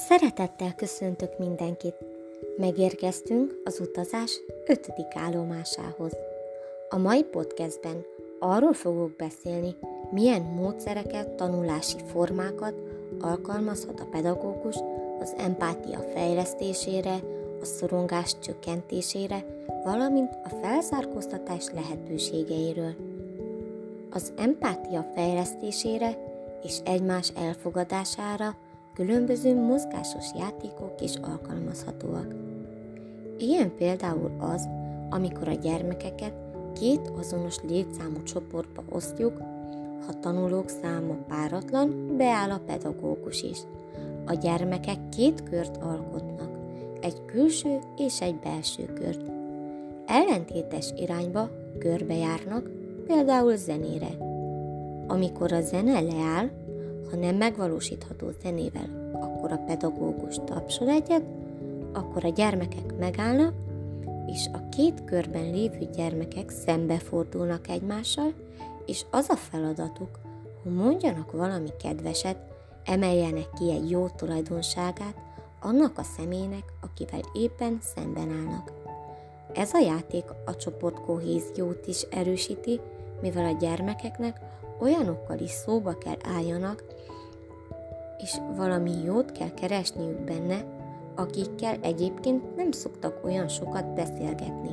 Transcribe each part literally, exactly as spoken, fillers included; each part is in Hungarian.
Szeretettel köszöntök mindenkit! Megérkeztünk az utazás ötödik állomásához. A mai podcastben arról fogok beszélni, milyen módszereket, tanulási formákat alkalmazhat a pedagógus az empátia fejlesztésére, a szorongás csökkentésére, valamint a felzárkóztatás lehetőségeiről. Az empátia fejlesztésére és egymás elfogadására különböző mozgásos játékok is alkalmazhatóak. Ilyen például az, amikor a gyermekeket két azonos létszámú csoportba osztjuk, ha tanulók száma páratlan, beáll a pedagógus is. A gyermekek két kört alkotnak, egy külső és egy belső kört. Ellentétes irányba körbejárnak, például zenére. Amikor a zene leáll, ha nem megvalósítható zenével, akkor a pedagógus tapsol egyet, akkor a gyermekek megállnak, és a két körben lévő gyermekek szembefordulnak egymással, és az a feladatuk, hogy mondjanak valami kedveset, emeljenek ki egy jó tulajdonságát annak a személynek, akivel éppen szemben állnak. Ez a játék a csoport kohéziót is erősíti, mivel a gyermekeknek olyanokkal is szóba kell álljanak, és valami jót kell keresniük benne, akikkel egyébként nem szoktak olyan sokat beszélgetni.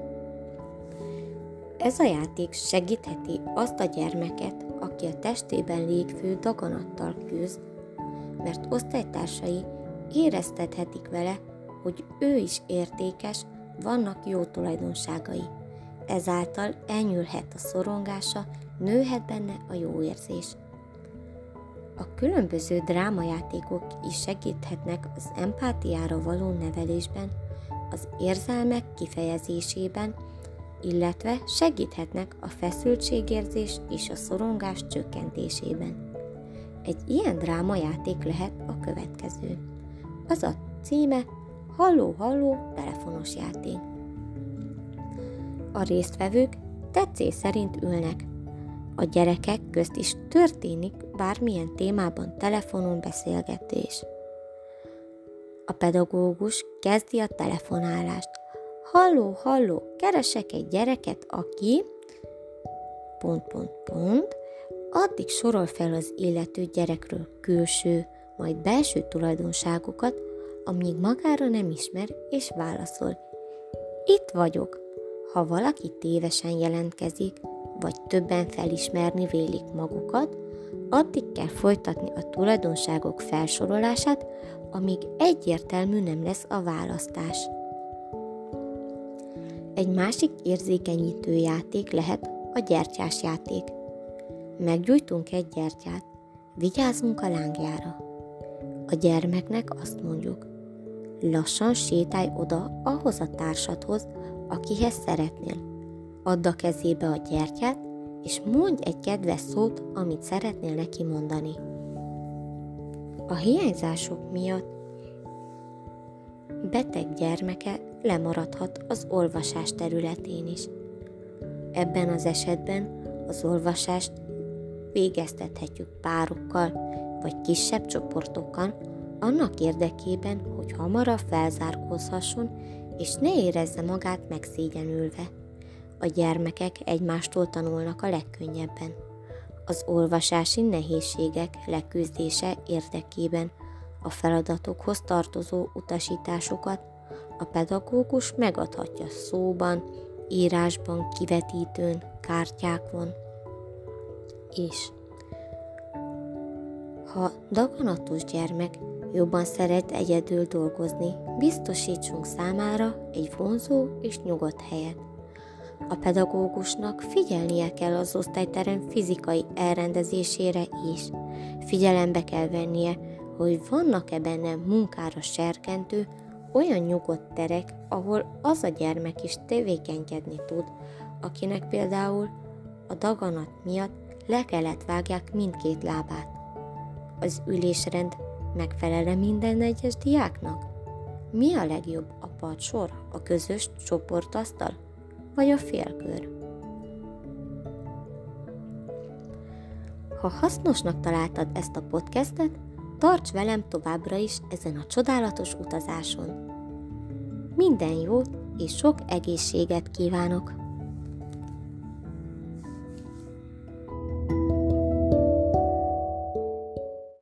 Ez a játék segítheti azt a gyermeket, aki a testében lévő daganattal küzd, mert osztálytársai éreztethetik vele, hogy ő is értékes, vannak jó tulajdonságai. Ezáltal elnyúlhet a szorongása, nőhet benne a jó érzés. A különböző drámajátékok is segíthetnek az empátiára való nevelésben, az érzelmek kifejezésében, illetve segíthetnek a feszültségérzés és a szorongás csökkentésében. Egy ilyen drámajáték lehet a következő. Az a címe Halló-halló telefonos játék. A résztvevők tetszés szerint ülnek. A gyerekek közt is történik bármilyen témában telefonon beszélgetés. A pedagógus kezdi a telefonálást. Halló, halló, keresek egy gyereket, aki... Pont, pont, pont. Addig sorol fel az illető gyerekről külső, majd belső tulajdonságokat, amíg magára nem ismer és válaszol. Itt vagyok. Ha valaki tévesen jelentkezik, vagy többen felismerni vélik magukat, addig kell folytatni a tulajdonságok felsorolását, amíg egyértelmű nem lesz a választás. Egy másik érzékenyítő játék lehet a gyertyás játék. Meggyújtunk egy gyertyát, vigyázzunk a lángjára. A gyermeknek azt mondjuk, lassan sétálj oda ahhoz a társadhoz, akihez szeretnél. Add a kezébe a gyertyát, és mondj egy kedves szót, amit szeretnél neki mondani. A hiányzások miatt beteg gyermeke lemaradhat az olvasás területén is. Ebben az esetben az olvasást végeztethetjük párokkal, vagy kisebb csoportokkal, annak érdekében, hogy hamarabb felzárkózhasson, és ne érezze magát megszégyenülve. A gyermekek egymástól tanulnak a legkönnyebben. Az olvasási nehézségek leküzdése érdekében a feladatokhoz tartozó utasításokat a pedagógus megadhatja szóban, írásban, kivetítőn, kártyákon. És ha daganatos gyermek jobban szeret egyedül dolgozni, biztosítsunk számára egy vonzó és nyugodt helyet. A pedagógusnak figyelnie kell az osztályterem fizikai elrendezésére is. Figyelembe kell vennie, hogy vannak-e benne munkára serkentő, olyan nyugodt terek, ahol az a gyermek is tevékenykedni tud, akinek például a daganat miatt le kellett vágják mindkét lábát. Az ülésrend megfelel minden egyes diáknak? Mi a legjobb, a padsor, a közös csoportasztal, vagy a félkör? Ha hasznosnak találtad ezt a podcastet, Tarts velem továbbra is ezen a csodálatos utazáson. Minden jót és sok egészséget kívánok!